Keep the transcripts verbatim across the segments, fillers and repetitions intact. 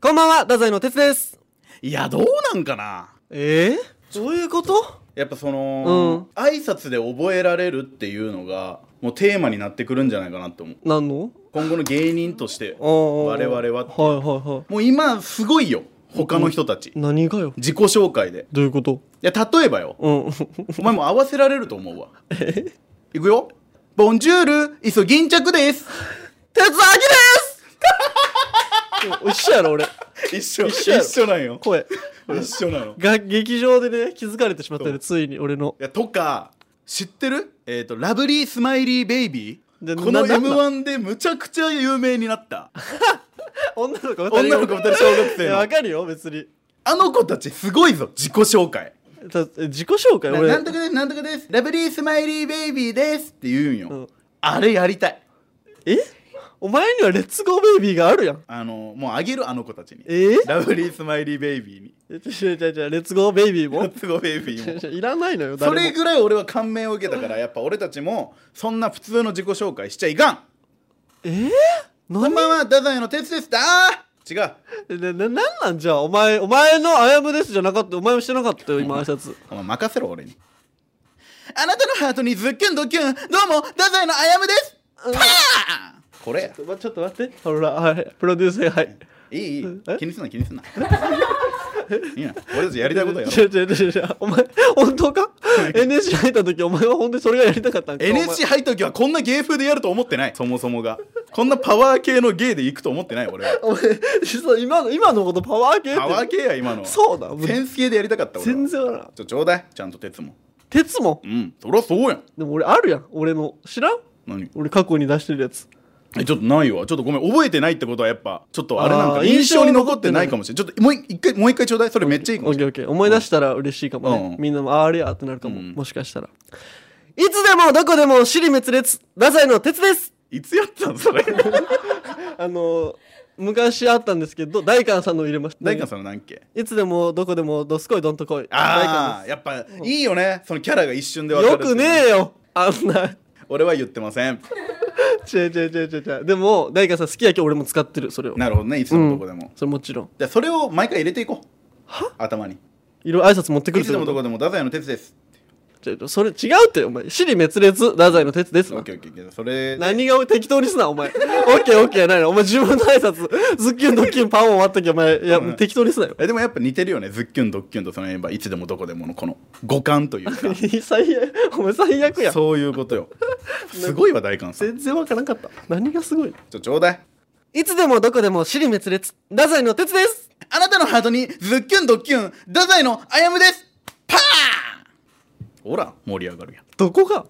こんばんは、太宰の哲です。 いや、どうなんかな。 えー、どういうこと？ やっぱその、 うん、 挨拶で覚えられるっていうのがもうテーマになってくるんじゃないかなと思う。 何の？ 今後の芸人として我々はって、はいはいはい、 もう今すごいよ、他の人たち。 何がよ。 自己紹介で。 どういうこと？ いや、例えばよ、うん、お前も合わせられると思うわ。えいくよ。ボンジュール、イソギンチャクです。 哲明です一緒やろ俺。 一緒一緒一緒なんよ。 声一緒なの。 が劇場でね気づかれてしまったね、ついに俺の。 いや、とか知ってる？えっとラブリースマイリーベイビー、この エムワン でむちゃくちゃ有名になった女の子女の子ふたり小学生の。 わかるよ別に。 あの子たちすごいぞ、自己紹介。 自己紹介俺なんとかですなんとかです、ラブリースマイリーベイビーですって言うんよ、うん、あれやりたい。 え？お前にはレッツゴーベイビーがあるやん。 あのもうあげる、あの子たちに。 えー、 ラブリースマイリーベイビーに。 えじゃじゃじゃレッツゴーベイビーもレッツゴーベイビーもいらないのよ。 それぐらい俺は感銘を受けたから、やっぱ俺たちもそんな普通の自己紹介しちゃいかん。 えー、 こんばんは、太宰の哲です。あー違う。な、な、なんなんじゃあお前お前のあやむですじゃなかった。お前もしてなかったよ今挨拶。 お前任せろ俺に。あなたのハートにズッキュンドッキュン、どうも太宰のあやむです、うん、パーこれ。 ちょっと、ちょっと待って。ほら、はい、プロデューサー、はい。 いいいい、気にすんな気にすんな。いいな、俺たちやりたいことやろ。 違う違う違う違う、お前本当か？エヌエスシー 入った時お前は本当にそれがやりたかったんか？ エヌエスシー 入った時はこんな芸風でやると思ってない。そもそもがこんなパワー系の芸でいくと思ってない俺は。 お前実は今の今のことパワー系って。 パワー系や今の。 そうだ、 センス系でやりたかった俺は。 全然わからん。 ちょちょうだい、ちゃんと鉄も。 鉄も？ うん、そりゃそうやん。 でも俺あるやん、俺の。知らん？ 何？ 俺過去に出してるやつ。 え、ちょっとないわ。ちょっとごめん、覚えてないってことはやっぱちょっとあれなんか印象に残ってないかもしれない。ちょっともう一回もう一回ちょうだい。それめっちゃいいかもしれない。 オッケーオッケー、思い出したら嬉しいかもね、うん、みんなもあれやってなるかも、うん、もしかしたら。いつでもどこでも尻滅裂、太宰の哲です。 いつやったんそれあの昔あったんですけど、大観さんの入れました。 大観さんの何っけ？ いつでもどこでもどすこいどんとこい。 ああ、やっぱいいよね、そのキャラが一瞬で分かる。 よくねえよあんな。 俺は言ってません。 違う違う違う違う違う。でも大観さん好きやけど俺も使ってるそれを。 なるほどね、いつでもどこでも、うん、 それもちろん。 じゃあそれを毎回入れていこう。は？頭にいろいろ挨拶持ってくる。 いつでもどこでも太宰の哲です。 それ違うってお前。尻滅裂太宰の哲です。 オッケーオッケー。それ何が適当にすなお前。オッケーオッケーやないのお前。自分の挨拶ズッキュンドッキュンパンを終わったきお前。いや、うん、適当にすなよ。 えでもやっぱ似てるよね、ズッキュンドッキュンとその言えばいつでもどこでものこの五感というか。 最悪、お前最悪や。 そういうことよ。すごいわ大観さん。 全然わからんかった。何がすごい？ ちょちょうだい。 いつでもどこでも尻滅裂太宰の哲です。 あなたのハートにズッキュンドッキュン、太宰のあやむです。パー。ほら盛り上がるやん。 どこが？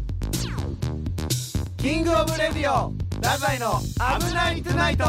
キングオブレディオ太宰の危ないトゥナイト。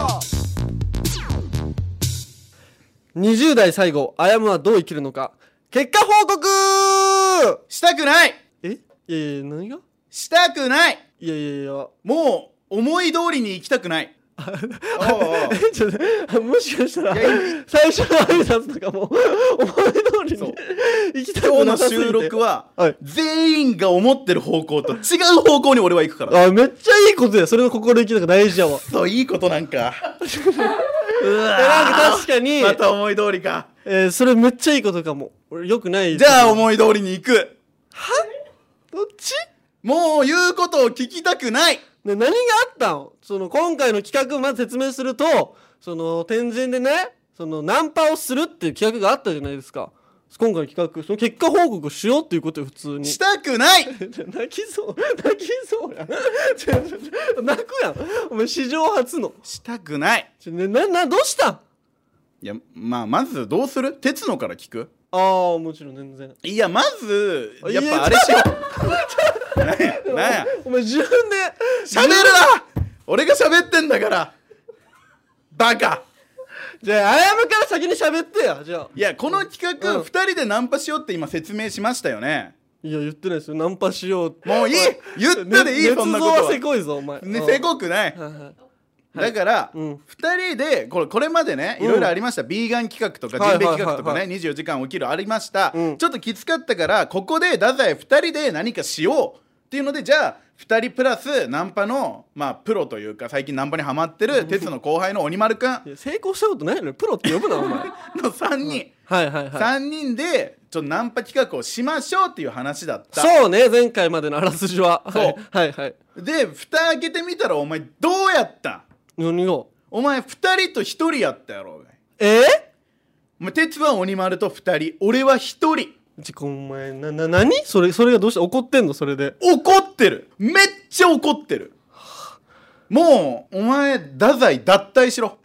にじゅう代最後、あやむはどう生きるのか、結果報告したくない。 え？いやいや、何が？ したくない。 いやいやいや、 もう思い通りに生きたくない。 おうおうちょっともしかしたら最初の挨拶とかも思い通りに行きたくなさすぎて、 今日の収録は、はい、全員が思ってる方向と違う方向に俺は行くから。 あ、めっちゃいいことや。それの心意気なんか大事やわ。 そう、いいことなんかうわなんか確かにまた思い通りか、 えー、それめっちゃいいことかも。俺よくない。 じゃあ思い通りに行く。 は？どっち？ もう言うことを聞きたくない。 ね、何があったの？その今回の企画をまず説明すると、その天神でね、そのナンパをするっていう企画があったじゃないですか。今回の企画、その結果報告をしようっていうことよ、普通に。 したくない泣きそう泣きそうやん泣くやんお前、史上初の。 したくない。 ちょ、ね、な、な、どうしたん？ いや、まあまずどうする？鉄野から聞く？ ああ、もちろん全然。 いや、まずやっぱあれしようなんやなんやお前自分で喋るな。俺が喋ってんだからバカ。 じゃああやむから先に喋ってや。じゃあいや、この企画、うん、ふたりでナンパしようって今説明しましたよね。 いや言ってないですよ、ナンパしよう。 もういい、言ってでいい、ね、そんなことは。 捏造はせこいぞお前、 ね、せこくない、はいはい、だから、うん、ふたりでこれ、これまでねいろいろありました、うん、ビーガン企画とかジンベエ企画とかね、にじゅうよじかん起きるありました、うん、ちょっときつかったからここで太宰ふたりで何かしようっっていうので、じゃあふたりプラスナンパのまあプロというか最近ナンパにハマってる鉄の後輩の鬼丸くんいや成功したことないのにプロって呼ぶなお前のさんにん、 はいはいはいさんにんでちょっとナンパ企画をしましょうっていう話だった。 そうね、前回までのあらすじはそうはいはいはい。 で蓋開けてみたらお前どうやったん？ 何がお前ふたりとひとりやったやろ。 えー、 お前鉄は鬼丸とふたり、俺はひとり。 ちこお前なな何それそれがどうして怒ってんの？それで怒ってる、めっちゃ怒ってる。もうお前太宰脱退しろ。 え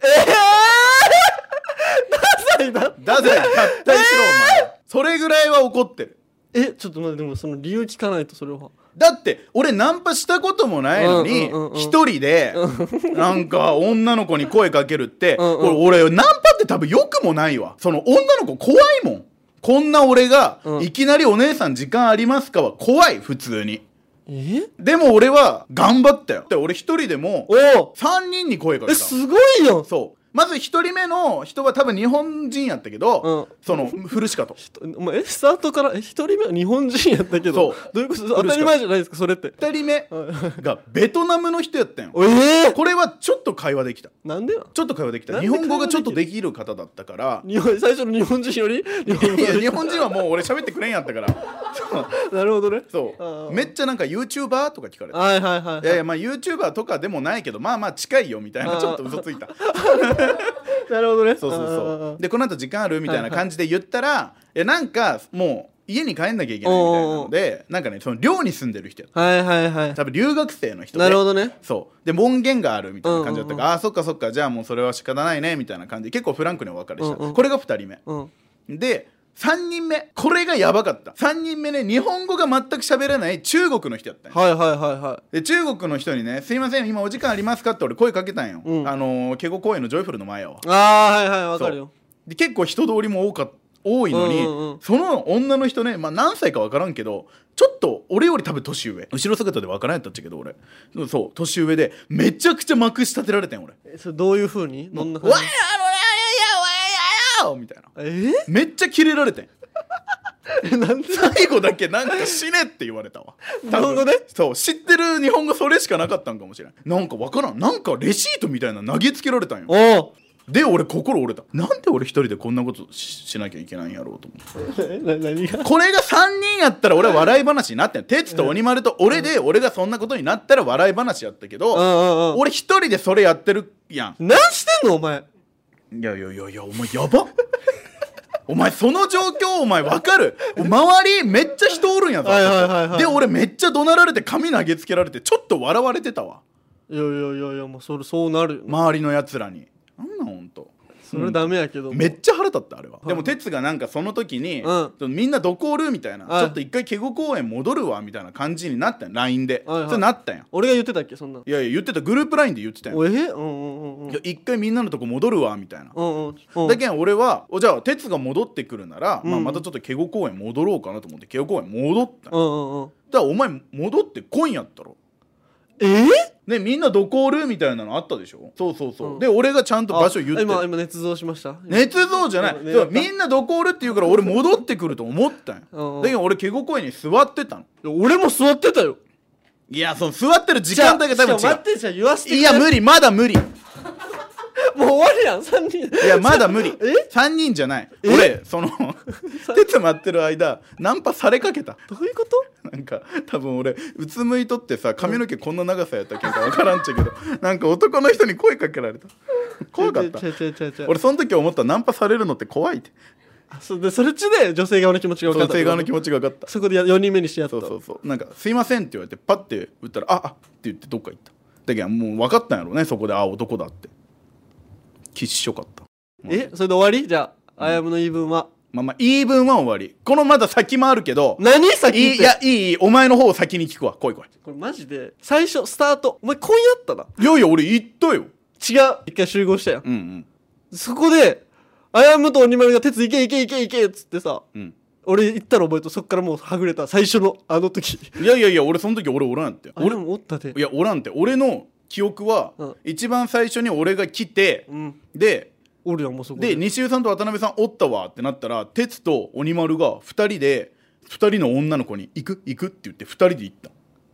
えー、ダサいな。 太宰脱退しろ、お前。それぐらいは怒ってる。 えちょっと待ってでもその理由聞かないとそれは。 だって俺ナンパしたこともないのにうんうんうんうん一人でなんか女の子に声かけるってうんうん俺俺ナンパって多分良くもないわ。その女の子怖いもん。こんな俺がうんいきなりお姉さん時間ありますかは怖い、普通に。 えでも俺は頑張ったよ。で俺一人でもおおさんにんに声かけた。 えすごいよ。 そうまず一人目の人は多分日本人やったけど、 うんそのフルシカとお前えスタートからえ一人目は日本人やったけどそうどういうこと当たり前じゃないですかそれって二人目がベトナムの人やったんよ。 ええー、 これはちょっと会話できた。 なんでよちょっと会話できた。 なんで日本語がちょっとできる方だったから日本最初の日本人より日本語いや日本人はもう俺喋ってくれんやったからなるほどね。 そうあーめっちゃなんか YouTuber とか聞かれて、 はいはいはい、はい、 いやいやまあ YouTuber とかでもないけどまあまあ近いよみたいなちょっと嘘ついたなるほどね。 そうそうあーそうでこの後時間あるみたいな感じで言ったら、いやなんかもう家に帰んなきゃいけないみたいなのでなんかねその寮に住んでる人やった。 はいはいはい。 多分留学生の人でなるほどね。 そうで門限があるみたいな感じだったから、 うんうんうんああそっかそっかじゃあもうそれは仕方ないねみたいな感じで結構フランクにお別れした、 うんうんこれがふたりめうん。 でさんにんめこれがやばかった。さんにんめね日本語が全く喋れない中国の人やったんよ。 はいはいはいはで中国の人にねすいません今お時間ありますかって俺声かけたんよ、 うんあのー、ケゴ公園のジョイフルの前やわ。 い。ああはいはいわかるよ。 で結構人通りも多か多いのに、 うんうんうんその女の人ね、まあ、何歳か分からんけどちょっと俺より多分年上後ろ姿で分からんやったっちゃけど俺そう年上でめちゃくちゃまくし立てられてん俺。 えそれどういう風にどんなわや感じ？ ろやややややみたいなえめっちゃキレられてんー、なんで最後だけなんか死ねって言われたわ。 日本語で？ そう知ってる日本語それしかなかったんかもしれない。なんか分からんなんかレシートみたいな投げつけられたんよ。 おお。 で俺心折れた。なんで俺一人でこんなこと し, しなきゃいけないんやろうと思ってえな何が？ これがさんにんやったら俺は笑い話になってん。鉄と鬼丸と俺で俺がそんなことになったら笑い話やったけど、 うんうんうん。 俺一人でそれやってるやん。 何してんのお前？ いやいやいやいやお前やばお前その状況お前分かる？周りめっちゃ人おるんやぞ。 はいはいはいはいで俺めっちゃ怒鳴られて髪投げつけられてちょっと笑われてたわいやいやいやいやもうそれそうなるよ。 周りのやつらに。なんなんほんとそれダメやけども。 めっちゃ腹立ったあれは、 いでも鉄がなんかその時に、 うみんなどこおるみたいな、 はいちょっと一回ケゴ公園戻るわみたいな感じになったん ライン で、 はいはいそれなったんや。 俺が言ってたっけそんな。 いやいや言ってたグループ ライン で言ってたんや。 おえ？うんうんうんうん。 いや一回みんなのとこ戻るわみたいな、 うんうんうん。 だけん俺はおじゃあ鉄が戻ってくるなら、 うんまあ、またちょっとケゴ公園戻ろうかなと思ってケゴ公園戻ったんや。 うんうんうん。 だからお前戻ってこいんやったろ。 えー？ ねみんなどこおるみたいなのあったでしょ。そうそうそう、 うんで俺がちゃんと場所言ってあ今今捏造しました。 捏造じゃない、 うんそうみんなどこおるって言うから俺戻ってくると思ったんや。 うんうんだけど俺ケゴ公園に座ってたの。 俺も座ってたよ。 いやその座ってる時間帯が多分じゃあ待っ違てじゃあ言わせてう。いや無理まだ無理。 もう終わるやんさんにん。 いやまだ無理えさんにんじゃない。 え俺その鉄待ってる間ナンパされかけた。 どういうこと？ なんか多分俺うつむいとってさ髪の毛こんな長さやったっけんか分からんちゃけどなんか男の人に声かけられた。怖かったち。ゃちゃちゃちゃ俺その時思ったナンパされるのって怖いって。 あそうでそれっちで女性側の気持ちが分かった。 女性側の気持ちが分かった。 そこでよにんめにしてやった。 そうそうそうなんかすいませんって言われてパッて打ったらああって言ってどっか行った。だけどもう分かったんやろうねそこであ男だって。きっしょかった。 えそれで終わり？じゃああやむの言い分はまあまあ言い分は終わり。このまだ先もあるけど何先っていいいやいいいいお前の方を先に聞くわ。来い来い。 これマジで最初スタートお前今夜あったないやいや俺言ったよ。 違う一回集合したよ、 うんうんそこであやむと鬼丸が鉄いけいけいけいけっつってさうん俺行ったら覚えとそっからもうはぐれた最初のあの時いやいやいや俺その時俺おらんやって。俺俺もおったでいやおらんって俺の記憶は、 うん一番最初に俺が来て、 うんでおるやんもうそこで西尾さんと渡辺さんおったわってなったら鉄と鬼丸がふたりでふたりの女の子に行く行くって言ってふたりで行った。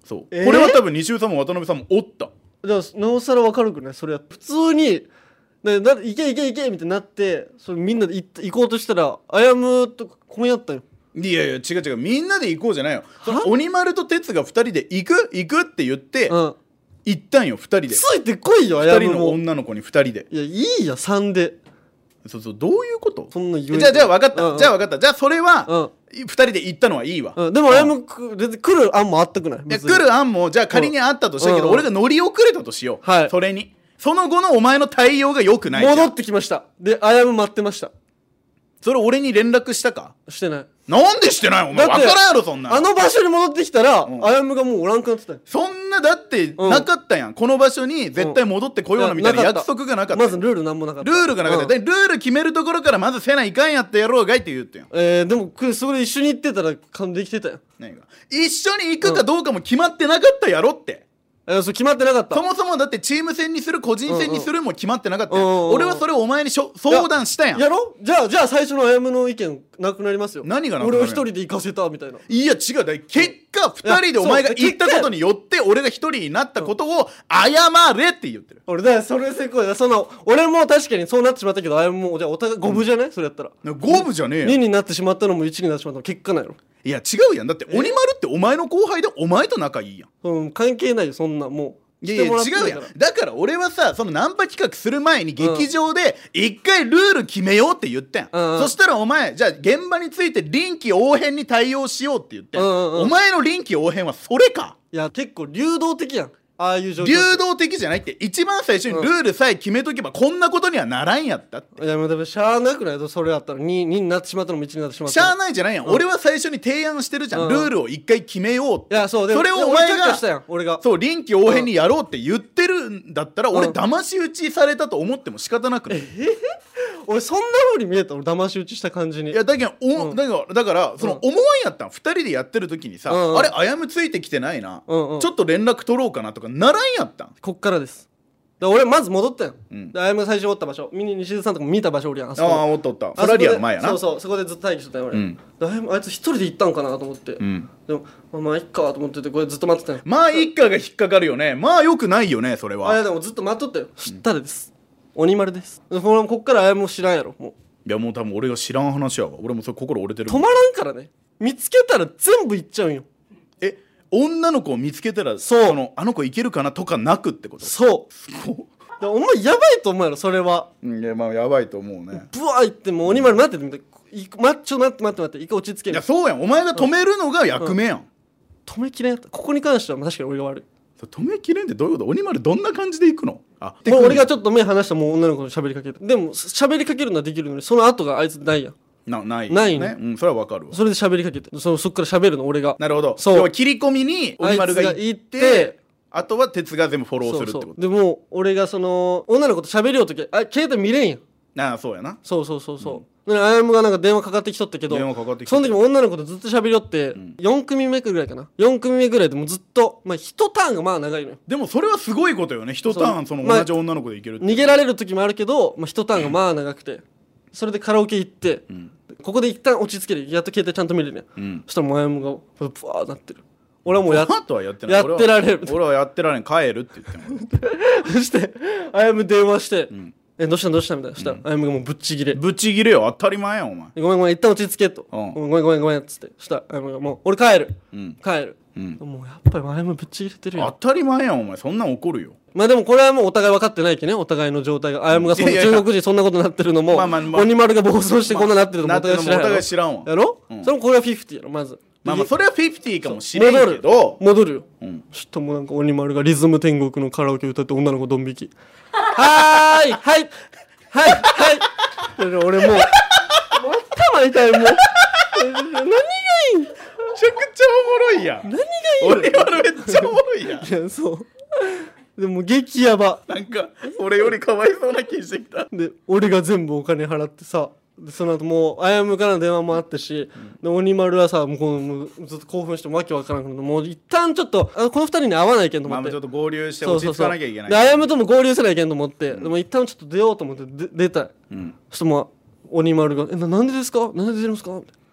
そう、 えーこれは多分西尾さんも渡辺さんもおった。 じゃあなおさら分かるくないそれは。普通にだだ行け行け行けみたいになってそれみんなで行った行こうとしたらあやむとこうやったよ。 いやいや違う違う、みんなで行こうじゃないよ。その鬼丸と哲がふたりで行く行くって言って、うん、行ったんよふたりで。 ついてこいよあやむも。 ふたりの女の子にふたりで。 いやいいやさんで。 そうそう、どういうこと？ そんな言う。 じゃあじゃあ分かった、 うんうん、 じゃあ分かった、じゃあそれは、うん、ふたりで行ったのはいいわ、 うん、でもあやむ全然来る案もあったくない？いや来る案もじゃあ仮にあったとしたけど、うん、俺が乗り遅れたとしよう、はい、それにその後のお前の対応が良くない。 戻ってきました。であやむ待ってました。 それ俺に連絡したか？ してない。 なんでしてない？お前分からんやろそんな。 あの場所に戻ってきたら、うん、あやむがもうおらんくなってたよ。 そんなだってなかったやん、うん、この場所に絶対戻ってこようなみたいな約束がなかった。 まずルールなんもなかった。 ルールがなかった、うん、でルール決めるところからまずせないかんやってやろうがいって言ってん。 えー、でもそこで一緒に行ってたら勘できてたよ。 何が一緒に行くかどうかも決まってなかったやろって、 うん、えー、そう決まってなかった。 そもそもだってチーム戦にする個人戦にするも決まってなかったやん、うんうん、俺はそれをお前にしょ相談したやん。 やろじゃあじゃあ最初のあやむの意見なくなりますよ。 何がなくなる？ 俺を一人で行かせたみたいな。 いや違う、だ結果ふたりでお前が行ったことによって俺が一人になったことを謝れって言ってる。 俺だからそれせこいだ。その俺も確かにそうなってしまったけどあやむもじゃあお互い五分じゃない、うん、それやったら五分じゃねえよ。 にになってしまったのもいちになってしまったの結果ないの。 いや違うやん、だって鬼丸ってお前の後輩でお前と仲いいやん。 うん、関係ないよそんなもう。 いやいや違うやん。だから俺はさそのナンパ企画する前に劇場で一回ルール決めようって言ったやん、うんうん、そしたらお前じゃあ現場について臨機応変に対応しようって言って、うんうんうん、お前の臨機応変はそれか。 いや結構流動的やんああいう状況。 流動的じゃないって、一番最初にルールさえ決めとけばこんなことにはならんやったって、 うん、いやでもしゃあなくないとそれやったら に, にになってしまったのもいちになってしまったしゃあないじゃないやん、うん、俺は最初に提案してるじゃん、うん、ルールを一回決めようって。 いやそうでそれをお前がしたやん俺がそう臨機応変にやろうって言ってるんだったら、うん、俺騙し討ちされたと思っても仕方なくない？えー俺そんな風に見えた俺騙し討ちした感じに。 いやだけど、うん、だからだからその思わんやったんふたりでやってる時にさ、うんうん、あれあやむついてきてないな、うんうん、ちょっと連絡取ろうかなとかならんやったん。 こっからです。だ俺まず戻ったよ、うん、であやむが最初おった場所ミニ西津さんとかも見た場所おりやん。あそこああおったおったフラリアの前やな。 そうそうそこでずっと待機しとったよ俺、うん、で あ, やむあいつ一人で行ったんかなと思って、うん、でもまあまあいっかと思っててこれずっと待ってたよ。 まあいっかが引っかかるよね。まあよくないよねそれは。 あいやでもずっと待っとったよ。知ったでです、うん、鬼丸です。こっからあやむも知らんやろもう。 いやもう多分俺が知らん話やわ。俺もそれ心折れてる。 止まらんからね。見つけたら全部行っちゃうんよ。 え女の子を見つけたらそうそのあの子いけるかなとかなくってこと？ そうお前やばいと思うやろそれは。 いやまあやばいと思うね。 ブワーいってもう鬼丸待っててみたいな、ちょ待って待って待って一回落ち着ける。 いやそうやんお前が止めるのが役目やん、うんうん、 止めきれんやった。ここに関しては確かに俺が悪い。 止めきれんってどういうこと？鬼丸どんな感じで行くの？あもう俺がちょっと目離したらもう女の子に喋りかけて。でも喋りかけるのはできるのにその後があいつないやん。 なない、 ないね、 うん、それはわかるわ。 それで喋りかけて そ, そっから喋るの俺が。なるほど。そう要は切り込みに鬼丸が行ってあとは鉄が全部フォローするってこと。そうそうでも俺がその女の子と喋りようときあ携帯見れんやん。 ああそうやな。 そうそうそうそう、うん、あやむがなんか電話かかってきとったけど電話かかってきその時も女の子とずっと喋りよって、うん、よん組目ぐらいかなよん組目ぐらいでもずっとまあいちターンがまあ長いのよ。 でもそれはすごいことよね。いちターンその同じ女の子でいけるって、 まあ、逃げられる時もあるけど、まあ、いちターンがまあ長くてそれでカラオケ行って、うん、ここで一旦落ち着けるやっと携帯ちゃんと見れるね、うん、そしたらもうあやむがブワーなってる。俺はもう や, はやってないやってられる。 俺はやってられん帰るって言ってもそしてあやむ電話して、うん、えどうしたどうしたみたいな。そしたら、うん、あやむがもうぶっちぎれぶっちぎれよ当たり前やんお前。 ごめんごめん一旦落ち着けと、うん、ごめんごめんごめんごめんっつってそしたらあやむがもう俺帰る、うん、帰る、うん、もうやっぱりあやむぶっちぎれてるよ。 当たり前やんお前そんなん怒るよ。 まあでもこれはもうお互い分かってないけどねお互いの状態が。あやむがその中国人そんなことになってるのも、まあまあまあ、鬼丸が暴走してこんななってるのもお互い知らんやろ。 お互い知らんわやろ、うん、それもこれはフィフティやろまず。 まあまあそれはフィフティかもしれんけど戻る戻るよ、うん、ちょっともうなんか鬼丸がリズム天国のカラオケ歌って女の子ドン引きはーいはいはいはい俺もうもう頭痛いもう何がいいんめちゃくちゃおもろいやん。 何がいいの俺はめっちゃおもろいやん。 いやそうでも激ヤバなんか俺よりかわいそうな気してきた。 で俺が全部お金払ってさでその後もうあやむからの電話もあったし、うん、で鬼丸はさもうこのもうずっと興奮してわけわからなくてもう一旦ちょっとあのこの二人に会わないけんと思って、 まあ、ちょっと合流して落ち着かなきゃいけない。 そうそうそうであやむとも合流せないけんと思って、うん、でも一旦ちょっと出ようと思ってで出たい、うん、そしてもう鬼丸が「えななんでですかなんで出るんですか?」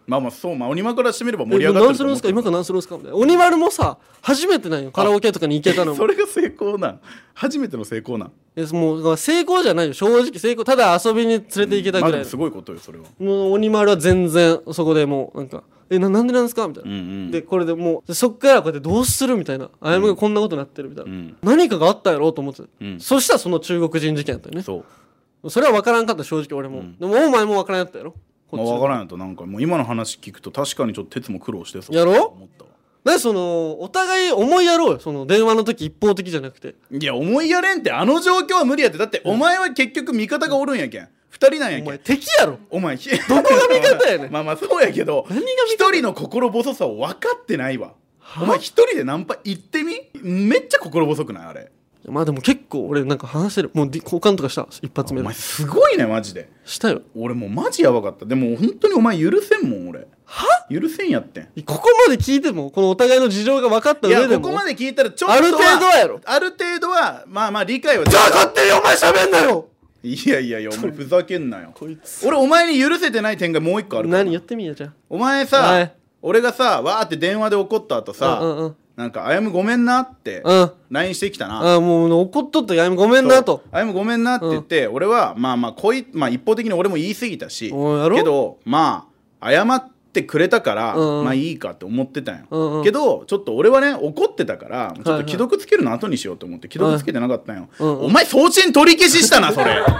まあまあそう、まあ鬼丸からしてみれば盛りえ上がってる何するんですか今から何するんですかみたいな。鬼丸もさ初めてなんよカラオケとかに行けたのもそれが成功なん初めての成功なんえもう成功じゃないよ正直成功ただ遊びに連れて行けたぐらい、 まあでもすごいことよそれは。 もう鬼丸は全然そこでもうなんかえ な, なんでなんですかみたいな、 うんうん、 でこれでもうそっからこうやってどうするみたいなあやむがこんなことになってるみたいな、 うん、 何かがあったやろうと思って、 うん、 そしたらその中国人事件やったよね。 そうそれは分からんかった正直俺も、うん、でもお前も分からんやったやろまあ、分からんやとなんかもう今の話聞くと確かにちょっと鉄も苦労してそうやろ思ったわ。 でそのお互い思いやろうよその電話の時一方的じゃなくて。 いや思いやれんってあの状況は無理やって。だってお前は結局味方がおるんやけんふたりなんやけん。 お前敵やろお前どこが味方やねんまあまあそうやけど一人の心細さを分かってないわ。お前一人でナンパ行ってみめっちゃ心細くないあれ。 まあでも結構俺なんか話してるもう交換とかした一発目お前すごいねマジでしたよ。 俺もうマジやばかった。でも本当にお前許せんもん俺。 は許せんやってん。 ここまで聞いてもこのお互いの事情が分かった上でもいやここまで聞いたらちょっとはある程度はやろある程度はまあまあ理解はじゃあ勝手にお前喋んなよ。 いやいやいやお前ふざけんなよこいつ俺お前に許せてない点がもう一個あるから。 何言ってみやじゃあお前さ、はい、俺がさわーって電話で怒った後さ、 うんうんうん、 なんかあやむごめんなって ライン してきたな。 あもう怒っとったあやむごめんなとあやむごめんなって言って、うん、俺はまあまあこい、まあ、一方的に俺も言い過ぎたしけどまあ謝ってくれたから、うんうん、まあいいかって思ってたんよ、うんうん、けどちょっと俺はね怒ってたからちょっと既読つけるの後にしようと思って既読つけてなかったんよ、はいはい、お前送信取り消ししたなそれ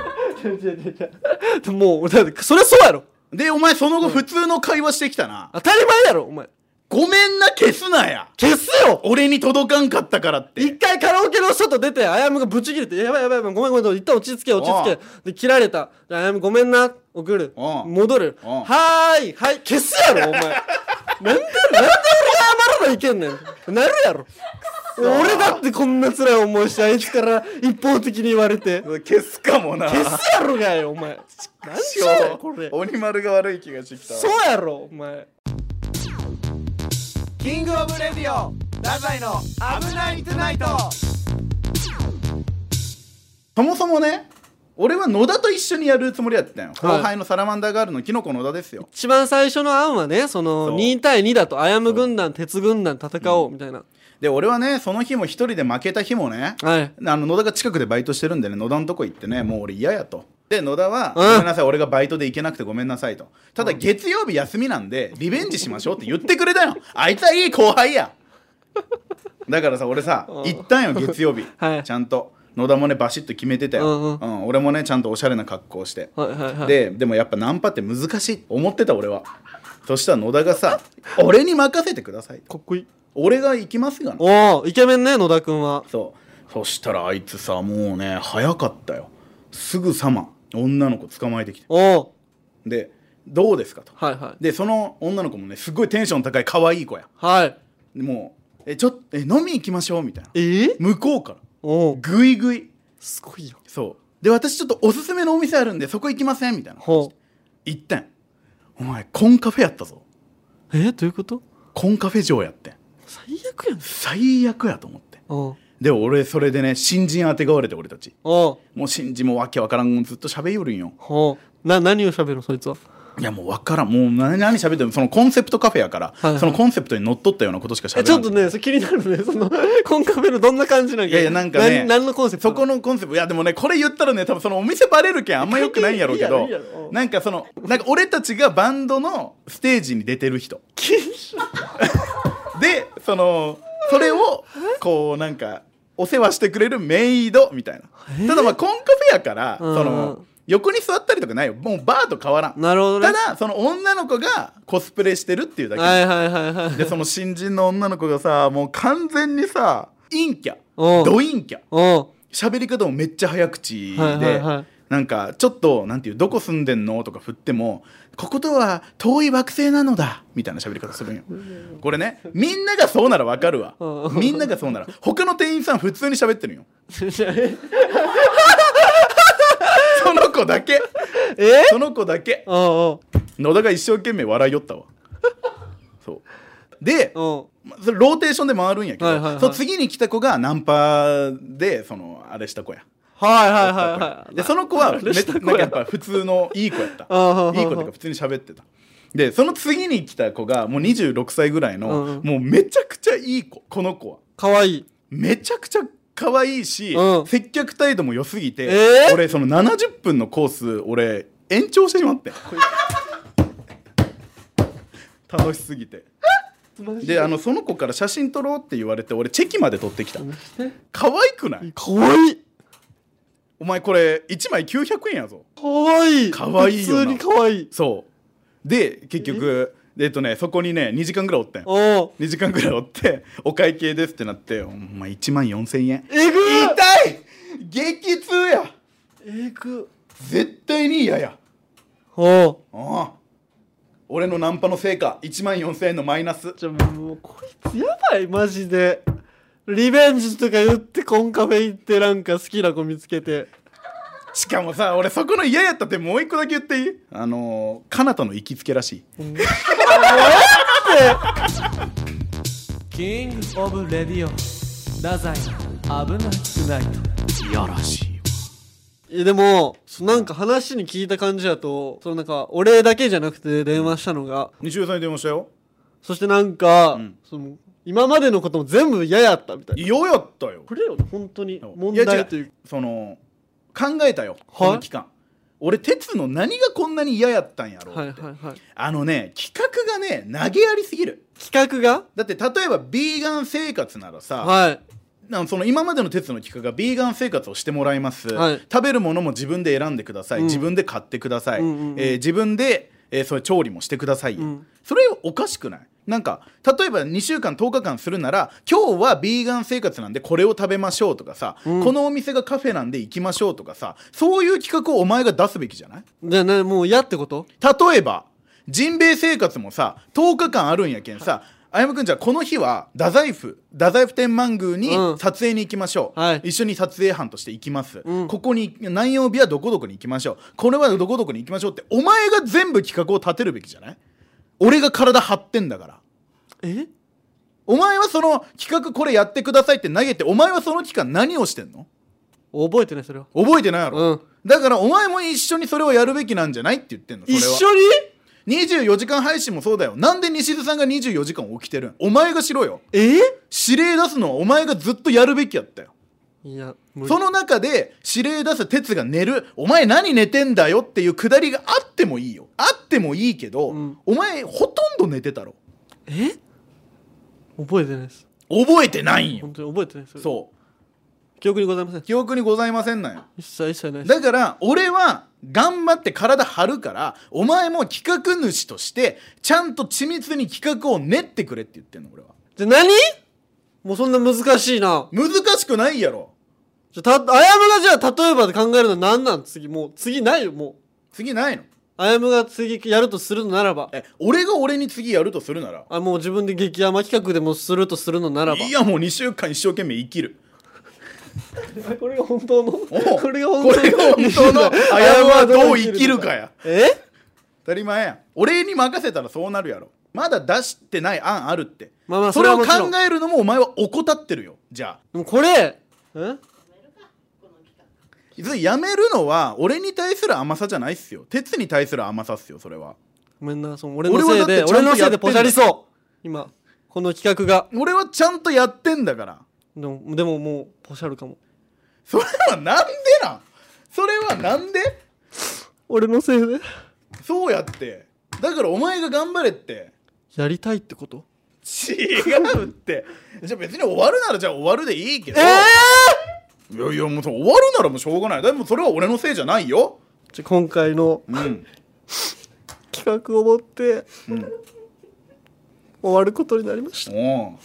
もうだってそれそうやろ。 でお前その後普通の会話してきたな、 うん、当たり前やろお前。 ごめんな消すなや消すよ俺に届かんかったからって。 一回カラオケの外出てあやむがブチ切れてやばいやばいやばいごめんごめん一旦落ち着け落ち着けで切られた。あやむごめんな送る戻るはーいはい消すやろお前なんでなんで俺が謝らないけんねんなるやろ俺だってこんな辛い思いしてあいつから一方的に言われて消すかもな。 消すやろがよお前何しようこれ鬼丸が悪い気がしてきた。 そうやろお前。 キングオブレディオ太宰の危ないトゥナイト。 そもそもね俺は野田と一緒にやるつもりやったよ、はい、後輩のサラマンダーガールのキノコ野田ですよ。 一番最初の案はねそのに対にだとあやむ軍団鉄軍団戦おうみたいな、うん、 で俺はねその日も一人で負けた日もね、はい、あの野田が近くでバイトしてるんでね野田のとこ行ってねもう俺嫌やと。で野田は、うん、ごめんなさい俺がバイトで行けなくてごめんなさいと。ただ月曜日休みなんでリベンジしましょうって言ってくれたよあいつはいい後輩やだからさ俺さ行ったんよ月曜日、はい、ちゃんと野田もねバシッと決めてたよ、うんうんうん、俺もねちゃんとおしゃれな格好して、はいはいはい、で, でもやっぱナンパって難しいって思ってた俺は。そしたら野田がさ俺に任せてくださいかっこいい俺が行きますがな。 おーイケメンね野田くんは。 そうそしたらあいつさもうね早かったよ。すぐさま女の子捕まえてきておでどうですかと、はいはい、でその女の子もねすごいテンション高い可愛い子や。はいでもうえちょっとえ飲み行きましょうみたいな、えー、向こうからおグイグイすごいよ。 そうで私ちょっとおすすめのお店あるんでそこ行きませんみたいな行ったん。お前コンカフェやったぞ。 えー、どういうこと。 コンカフェ嬢やってん。 最悪やん。 最悪やと思って。おで俺それでね新人あてがわれて俺たちおもう新人もわけわからんずっと喋りよるんよ。 ほうな何を喋るのそいつは。 いやもうわからんもう何何喋ってもそのコンセプトカフェやから、はいはい、そのコンセプトにのっとったようなことしか喋らない。 ちょっとねそれ気になるねそのコンカフェのどんな感じなんか。 いやいやなんかね何のコンセプト。 そこのコンセプトいやでもねこれ言ったらね多分そのお店バレるけんあんまよくないんやろうけどなんかそのなんか俺たちがバンドのステージに出てる人でそのそれをこうなんかお世話してくれるメイドみたいな。ただまあコンカフェやから、その横に座ったりとかないよ。もうバーと変わらん。なるほどね。ただその女の子がコスプレしてるっていうだけ。はいはいはいはい。でその新人の女の子がさもう完全にさ陰キャド陰キャ喋り方もめっちゃ早口で、はいはいはい、なんかちょっとなんていうどこ住んでんのとか振ってもこことは遠い惑星なのだみたいな喋り方するんよ。これねみんながそうならわかるわ。みんながそうなら他の店員さん普通に喋ってるんよその子だけえその子だけ野田が一生懸命笑いよったわそうでそれローテーションで回るんやけど、はいはいはい、その次に来た子がナンパでそのあれした子や。はいはいはいはい。でその子はめなんかやっぱ普通のいい子やったいい子とか普通に喋ってた。 でその次に来た子がもうにじゅうろくさいぐらいの、うんうん、もうめちゃくちゃいい子。この子はかわいい、 めちゃくちゃ可愛いし、うん、接客態度も良すぎて、 えー、 俺そのななじゅっぷんのコース俺延長してしまって楽しすぎてであのその子から写真撮ろうって言われて俺チェキまで撮ってきた。可愛くない？ 可愛い。 お前これいちまいきゅうひゃくえんやぞ。 可愛い。 可愛いよな。 普通に可愛い。 そうで結局えっとねそこにねにじかんぐらいおってん。 おにじかんぐらいおってお会計ですってなってお前いちまんよんせんえん。 えぐ痛い激痛や。 えぐ絶対に嫌や。 おうああ俺のナンパの成果いちまんよんせんえんのマイナス。 じゃもうこいつやばいマジで。リベンジとか言ってコンカフェ行ってなんか好きな子見つけて。 しかもさ俺そこの嫌やったってもう一個だけ言っていい？あのー、カナタの行きつけらしい。 キングオブレディオ太宰の危なくないと。 いやらしい。 いやでもなんか話に聞いた感じだとそのなんか俺だけじゃなくて電話したのが西尾さんに電話したよ。 そしてなんか、うん、その今までのことも全部嫌やったみたいな。 嫌やったよ。 これよね本当に問題というかその考えたよこの期間。俺鉄の何がこんなに嫌やったんやろうって、はいはいはい、あのね企画がね投げやりすぎる。 企画がだって例えばビーガン生活ならさ、 はいその今までの鉄の企画がビーガン生活をしてもらいます、 はい、 食べるものも自分で選んでください、うん、自分で買ってください、うんうんうんえー、自分で、えー、それ調理もしてくださいよ、うん、それおかしくない？なんか例えばにしゅうかんとおかかんするなら今日はビーガン生活なんでこれを食べましょうとかさ、うん、このお店がカフェなんで行きましょうとかさそういう企画をお前が出すべきじゃない？ じゃあねもう嫌ってこと？ 例えばジンベエ生活もさとおかかんあるんやけんさ、はいあやむくんじゃあこの日は太宰府太宰府天満宮に撮影に行きましょう、うんはい、一緒に撮影班として行きます、うん、ここに何曜日はどこどこに行きましょうこれはどこどこに行きましょうってお前が全部企画を立てるべきじゃない？俺が体張ってんだから。 えお前はその企画これやってくださいって投げてお前はその期間何をしてんの？ 覚えてないそれは。 覚えてないやろ、 うん、 だからお前も一緒にそれをやるべきなんじゃないって言ってんの。それは一緒ににじゅうよじかん配信もそうだよ。なんで西津さんがにじゅうよじかん起きてるん？お前がしろよ。 えー、 指令出すのはお前がずっとやるべきやったよ。 いやその中で指令出す哲が寝るお前何寝てんだよっていうくだりがあってもいいよ。あってもいいけど、うん、お前ほとんど寝てたろ。 え覚えてないです。 覚えてないんよ。 本当に覚えてないです。 そう記憶にございません。 記憶にございませんなんよ。 一切一切ないです。 だから俺は頑張って体張るからお前も企画主としてちゃんと緻密に企画を練ってくれって言ってんの俺は。 じゃあ何？もうそんな難しいな。 難しくないやろ。 じゃあたあやむがじゃあ例えばで考えるのは何なん？次もう次ないよ。もう次ないの？ あやむが次やるとするのならばえ俺が俺に次やるとするならあもう自分で激ヤマ企画でもするとするのならばいやもうにしゅうかん一生懸命生きるこれが本当のこれが本当のこれが本当のあやむはどう生きるかや。 え当たり前や。俺に任せたらそうなるやろ。まだ出してない案あるって、 まあまあ、 それを考えるのもお前は怠ってるよ。じゃあでもこれえやめるのは俺に対する甘さじゃないっすよ。鉄に対する甘さっすよそれは。 ごめんなその俺のせいで俺のせいでポシャりそう今この企画が。 俺はちゃんとやってんだから。 でもでももうポシャるかも。 それはなんでなんそれはなんで俺のせいで。 そうやってだからお前が頑張れって。 やりたいってこと？ 違うってじゃあ別に終わるならじゃあ終わるでいいけど、 えー、いやいやもう終わるならもうしょうがない。でもそれは俺のせいじゃないよ。 じゃあ今回の、うん、企画を持って、うん、終わることになりました。 お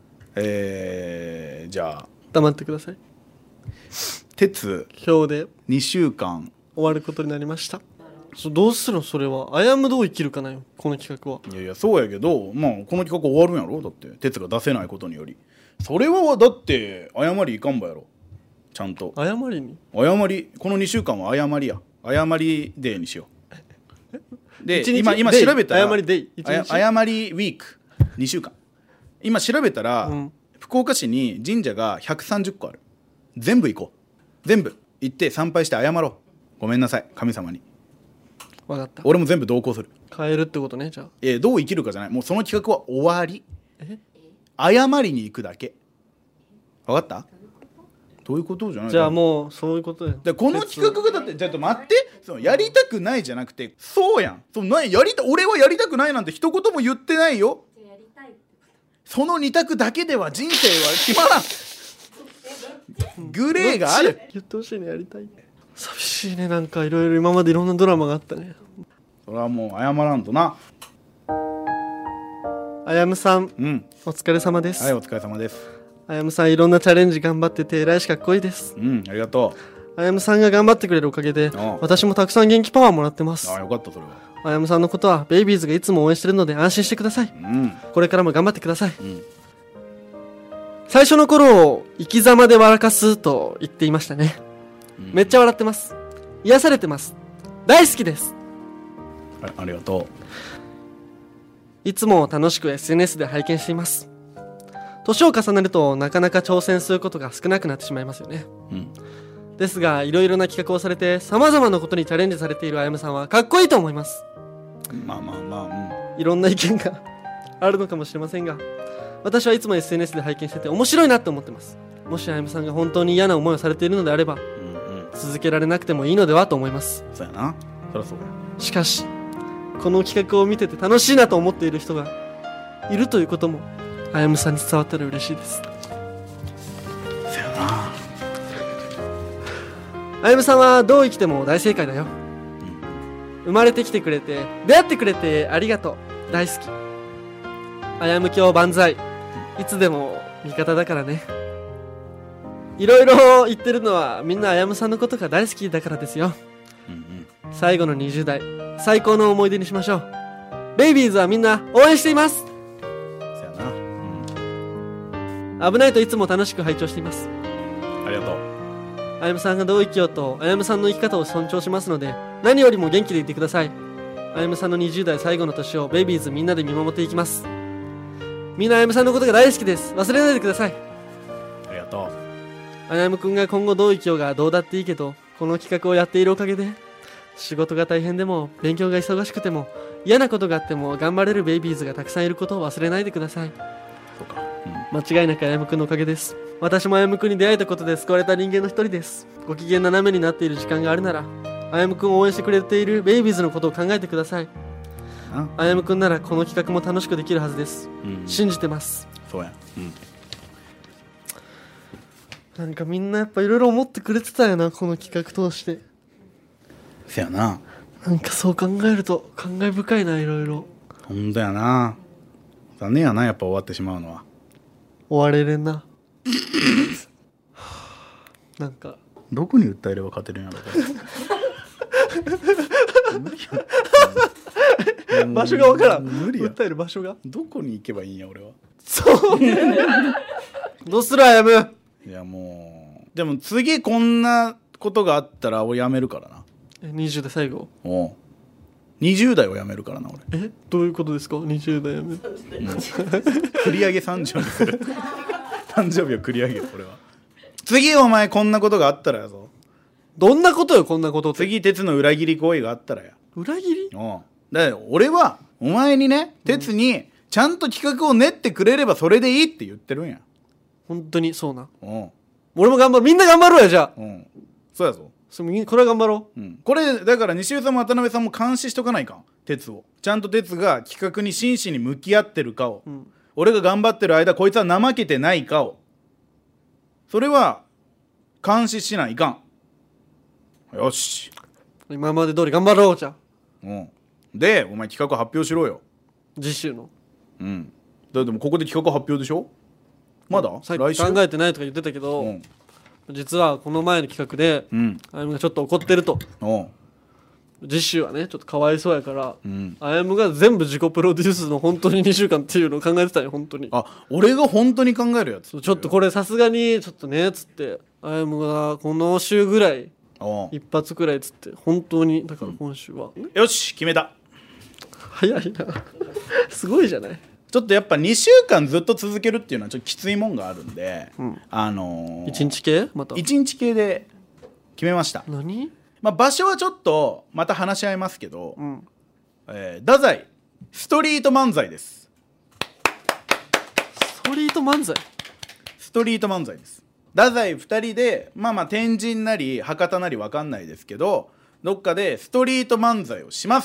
えー、じゃあ黙ってください。 鉄今日でにしゅうかん終わることになりました。そどうするのそれは。あやむどう生きるかなよこの企画は。 いやいやそうやけどまあこの企画終わるんやろ。だって鉄が出せないことによりそれはだって謝りいかんばやろ。ちゃんと謝りに謝りこのにしゅうかんは謝りや謝りデーにしよう。で今今調べたら謝りデイ謝りウィークにしゅうかん今調べたら、うん、福岡市に神社がひゃくさんじゅっこある。全部行こう。全部行って参拝して謝ろう。ごめんなさい神様に。 分かった。 俺も全部同行する。 変えるってことね。じゃあえー、どう生きるかじゃない、もうその企画は終わり。 え謝りに行くだけ。分かった？どういうことじゃない。 じゃあもうそういうことで、 この企画がだってちょっと待って、そのやりたくないじゃなくて、そうやん、そのなやりた俺はやりたくないなんて一言も言ってないよ。その二択だけでは人生は決まらんグレーがある。 言ってほしいね、やりたい。寂しいね、なんかいろいろ今までいろんなドラマがあったね。 それはもう謝らんとな。 あやむさん、 うん、 お疲れ様です。 はい、お疲れ様です。 あやむさんいろんなチャレンジ頑張ってて偉いしかっこいいです。 うん、ありがとう。あやむさんが頑張ってくれるおかげで私もたくさん元気パワーもらってます。 ああ、よかった。それはあやむさんのことはベイビーズがいつも応援してるので安心してください。 うん、 これからも頑張ってください。 うん、 最初の頃を生き様で笑かすと言っていましたね、うん、めっちゃ笑ってます。癒されてます。大好きです。 あ, ありがとう。いつも楽しく エスエヌエス で拝見しています。年を重ねるとなかなか挑戦することが少なくなってしまいますよね、うん、ですがいろいろな企画をされてさまざまなことにチャレンジされているあやむさんはかっこいいと思います。 まあまあまあ、うん、 いろんな意見があるのかもしれませんが私はいつも エスエヌエス で拝見してて面白いなと思ってます。もしあやむさんが本当に嫌な思いをされているのであれば、うんうん、続けられなくてもいいのではと思います。 そうやな、そりゃそうや。 しかしこの企画を見てて楽しいなと思っている人がいるということもあやむさんに伝わったら嬉しいです。 そうやな。 あやむさんはどう生きても大正解だよ、うん、生まれてきてくれて出会ってくれてありがとう。大好き。あやむきょう万歳。いつでも味方だからね。いろいろ言ってるのはみんなあやむさんのことが大好きだからですよ、うんうん、最後のにじゅう代最高の思い出にしましょう。ベイビーズはみんな応援しています。 そうやな、 うん、危ないといつも楽しく拝聴しています。 ありがとう。 あやむさんがどう生きようとあやむさんの生き方を尊重しますので何よりも元気でいてください。あやむさんのにじゅう代最後の年をベイビーズみんなで見守っていきます。みんなあやむさんのことが大好きです。忘れないでください。 ありがとう。 あやむくんが今後どう生きようがどうだっていいけどこの企画をやっているおかげで仕事が大変でも勉強が忙しくても嫌なことがあっても頑張れるベイビーズがたくさんいることを忘れないでください。 そうか、 うん、間違いなくあやむくんのおかげです。私もあやむくんに出会えたことで救われた人間の一人です。ご機嫌斜めになっている時間があるならあやむくんを応援してくれているベイビーズのことを考えてください。あやむくんならこの企画も楽しくできるはずです、うん、信じてます。 そうや、うん、 なんかみんなやっぱいろいろ思ってくれてたよな、この企画通して。 せやな。 なんかそう考えると感慨深いな、いろいろ。 ほんとやな。残念やな、やっぱ終わってしまうのは。 終われれんななんかどこに訴えれば勝てるんやろこれ場所が分からん。 無理や。 訴える場所がどこに行けばいいんや俺は。 そうどうするあやむ。 いやもうでも次こんなことがあったら俺やめるからな。 えにじゅう代最後。 おうにじゅう代をやめるからな俺。 えどういうことですか。にじゅう代やめる、うん、 繰り上げさんじゅうにする誕生日を繰り上げる俺は。次お前こんなことがあったらやぞ。 どんなことよこんなことって。 次鉄の裏切り行為があったらや。 裏切り。 おうだから俺はお前にね鉄にちゃんと企画を練ってくれればそれでいいって言ってるんや。 本当にそうな。 おう俺も頑張る。みんな頑張ろうやじゃあ。 うんそうやぞ。 それこれは頑張ろう、 うん、これだから西尾さんも渡辺さんも監視しとかないかん。鉄をちゃんと鉄が企画に真摯に向き合ってるかを、うん、俺が頑張ってる間こいつは怠けてないかをそれは監視しないかん。よし今まで通り頑張ろうじゃあ。 うんでお前企画発表しろよ次週の。 うんだでもここで企画発表でしょまだ、うん、 さっき考えてないとか言ってたけど、うん、実はこの前の企画で、うん、あやむがちょっと怒ってると。次週はねちょっとかわいそうやから、うん、あやむが全部自己プロデュースの本当ににしゅうかんっていうのを考えてたよ本当に。 あ俺が本当に考えるやつ。 ちょっとこれさすがにちょっとねっつってあやむがこの週ぐらい一発くらいっつって本当にだから今週は、 うん、よし決めた。 早いなすごいじゃない。 ちょっとやっぱにしゅうかんずっと続けるっていうのはちょっときついもんがあるんで、うん、あのー、 いちにち系またいちにち系で決めました。 何まあ、場所はちょっとまた話し合いますけど、 うんえー、太宰ストリート漫才です。 ストリート漫才ストリート漫才です。太宰ふたりでまあまあ天神なり博多なり分かんないですけどどっかでストリート漫才をします。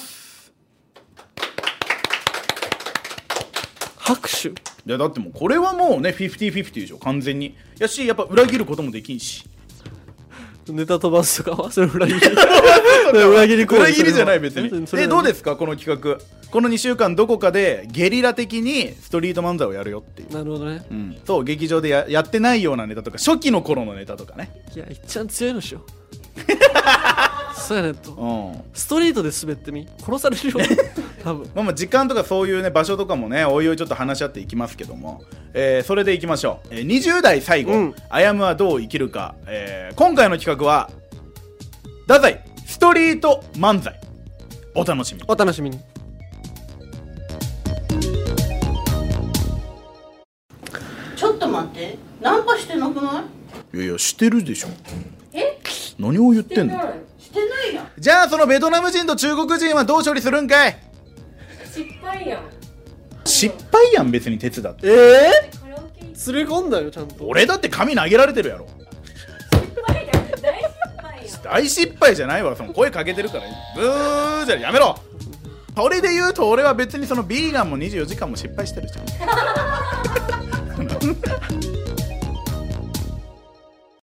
拍手。 いやだってもうこれはもうねフィフティーフィフティーでしょ完全に。やしやっぱ裏切ることもできんしネタ飛ばすとかはそれ裏切り裏切り裏切りじゃない別に。 それえどうですかこの企画。このにしゅうかんどこかでゲリラ的にストリート漫才をやるよっていう。 なるほどね、 うん、そう劇場で や, やってないようなネタとか初期の頃のネタとかね。 いや一番強いのしよそうやねんと、 うん、 ストリートで滑ってみ殺されるよ多分まあまあ時間とかそういうね場所とかもねおいおいちょっと話し合っていきますけども、えー、それでいきましょう、えー、にじゅう代最後、うん、あやむはどう生きるか、えー、今回の企画は太宰ストリート漫才。お楽しみにお楽しみに。 ちょっと待って、ナンパしてなくない？ いやいやしてるでしょ。 え？ 何を言ってんの？ してないやん。 じゃあそのベトナム人と中国人はどう処理するんかい？ 失敗やん。 失敗やん別に手伝って。 ええー？連れ込んだよちゃんと。 俺だって髪投げられてるやろ。 失敗だよ。大失敗やん。 大失敗じゃないわ。その声かけてるからブーじゃやめろ。それで言うと俺は別にそのビーガンもにじゅうよじかんも失敗してるじゃん